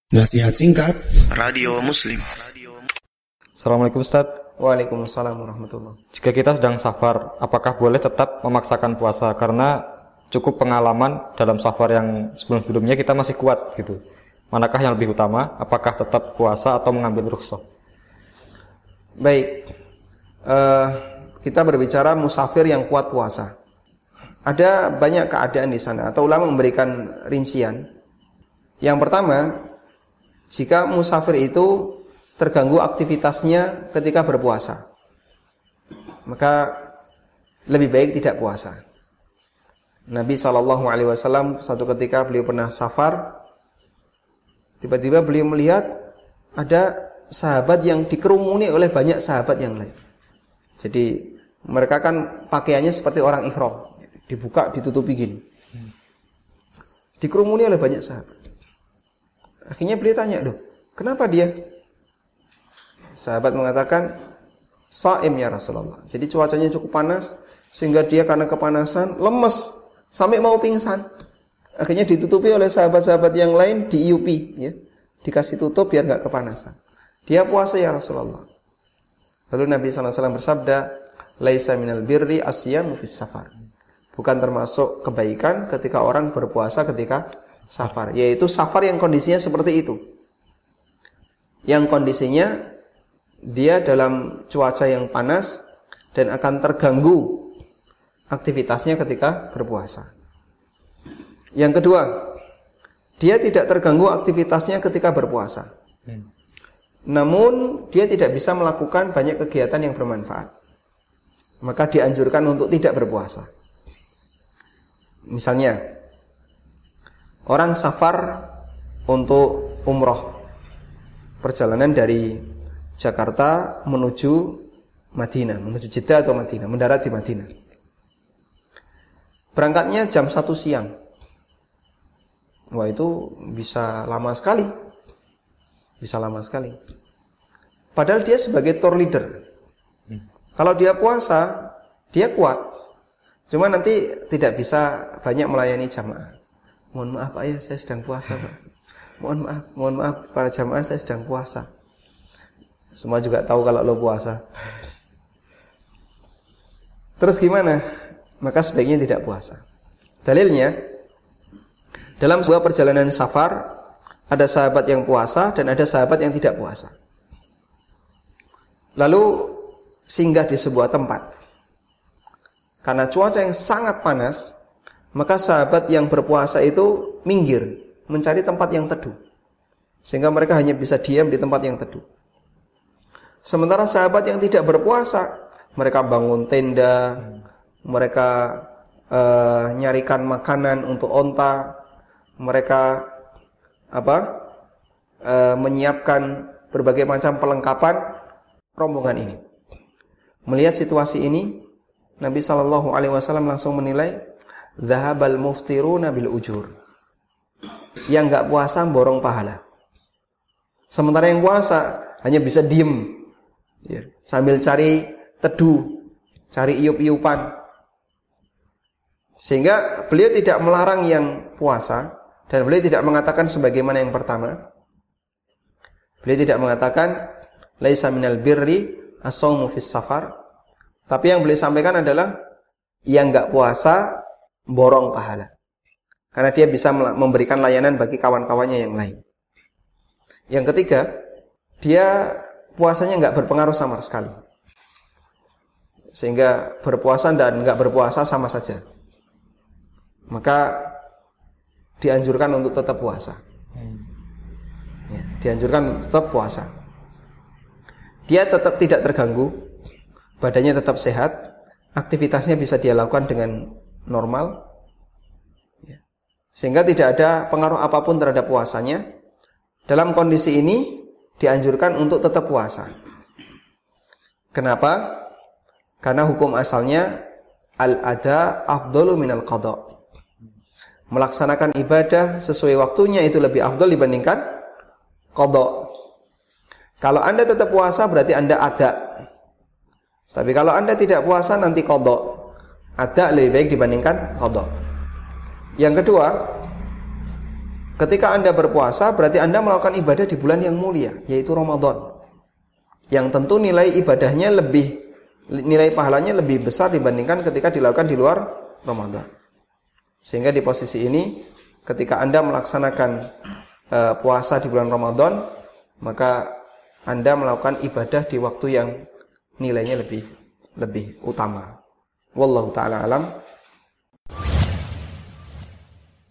Nasihat singkat Radio Muslim. Assalamualaikum Ustaz. Waalaikumsalam warahmatullahi. Jika kita sedang safar, apakah boleh tetap memaksakan puasa? Karena cukup pengalaman dalam safar yang sebelum-sebelumnya kita masih kuat gitu. Manakah yang lebih utama? Apakah tetap puasa atau mengambil rukhsah? Baik, kita berbicara musafir yang kuat puasa. Ada banyak keadaan di sana, atau ulama memberikan rincian. Yang pertama, jika musafir itu terganggu aktivitasnya ketika berpuasa, maka lebih baik tidak puasa. Nabi SAW satu ketika beliau pernah safar, tiba-tiba beliau melihat ada sahabat yang dikerumuni oleh banyak sahabat yang lain. Jadi mereka kan pakaiannya seperti orang ihram, dibuka ditutupi gini, dikerumuni oleh banyak sahabat. Akhirnya beliau tanya, "Loh, kenapa dia?" Sahabat mengatakan, "Shaim ya Rasulullah." Jadi cuacanya cukup panas sehingga dia karena kepanasan lemes sampai mau pingsan. Akhirnya ditutupi oleh sahabat-sahabat yang lain, diiupi, ya. Dikasih tutup biar enggak kepanasan. Dia puasa ya Rasulullah. Lalu Nabi SAW bersabda, "Laisa minal birri asyamu fis safar." Bukan termasuk kebaikan ketika orang berpuasa ketika safar, yaitu safar yang kondisinya seperti itu. Yang kondisinya dia dalam cuaca yang panas dan akan terganggu aktivitasnya ketika berpuasa. Yang kedua, dia tidak terganggu aktivitasnya ketika berpuasa. Namun dia tidak bisa melakukan banyak kegiatan yang bermanfaat. Maka dianjurkan untuk tidak berpuasa. Misalnya, orang safar untuk umroh, perjalanan dari Jakarta menuju Madinah, menuju Jeddah atau Madinah, mendarat di Madinah. Berangkatnya jam 1 siang. Wah, itu bisa lama sekali. Bisa lama sekali. Padahal dia sebagai tour leader. Kalau dia puasa, dia kuat. Cuma nanti tidak bisa banyak melayani jamaah. "Mohon maaf Pak ya, saya sedang puasa Pak. Mohon maaf para jamaah, saya sedang puasa." Semua juga tahu kalau lo puasa. Terus gimana? Maka sebaiknya tidak puasa. Dalilnya, dalam sebuah perjalanan safar, ada sahabat yang puasa dan ada sahabat yang tidak puasa. Lalu singgah di sebuah tempat. Karena cuaca yang sangat panas, maka sahabat yang berpuasa itu minggir, mencari tempat yang teduh. Sehingga mereka hanya bisa diam di tempat yang teduh. Sementara sahabat yang tidak berpuasa, mereka bangun tenda, mereka nyarikan makanan untuk onta, mereka menyiapkan berbagai macam perlengkapan rombongan ini. Melihat situasi ini, Nabi SAW langsung menilai, "Dhahabal muftiruna bil ujur." Yang enggak puasa borong pahala. Sementara yang puasa hanya bisa diem, ya, sambil cari teduh, cari iup-iupan. Sehingga beliau tidak melarang yang puasa, dan beliau tidak mengatakan sebagaimana yang pertama. Beliau tidak mengatakan laisa minal birri as-shaumu fis safar. Tapi yang beliau sampaikan adalah yang enggak puasa borong pahala. Karena dia bisa memberikan layanan bagi kawan-kawannya yang lain. Yang ketiga, dia puasanya enggak berpengaruh sama sekali. Sehingga berpuasa dan enggak berpuasa sama saja. Maka dianjurkan untuk tetap puasa. Ya, dianjurkan untuk tetap puasa. Dia tetap tidak terganggu, badannya tetap sehat, aktivitasnya bisa dia lakukan dengan normal, ya. Sehingga tidak ada pengaruh apapun terhadap puasanya. Dalam kondisi ini dianjurkan untuk tetap puasa. Kenapa? Karena hukum asalnya al-ada afdalu minal qada. Melaksanakan ibadah sesuai waktunya itu lebih afdal dibandingkan qada. Kalau Anda tetap puasa berarti Anda ada. Tapi kalau Anda tidak puasa nanti qada. Ada lebih baik dibandingkan qada. Yang kedua, Ketika Anda berpuasa, berarti Anda melakukan ibadah di bulan yang mulia, yaitu Ramadan. Yang tentu nilai ibadahnya nilai pahalanya lebih besar dibandingkan ketika dilakukan di luar Ramadan. Sehingga di posisi ini, ketika Anda melaksanakan puasa di bulan Ramadan, maka Anda melakukan ibadah di waktu yang nilainya lebih utama. Wallahu ta'ala alam.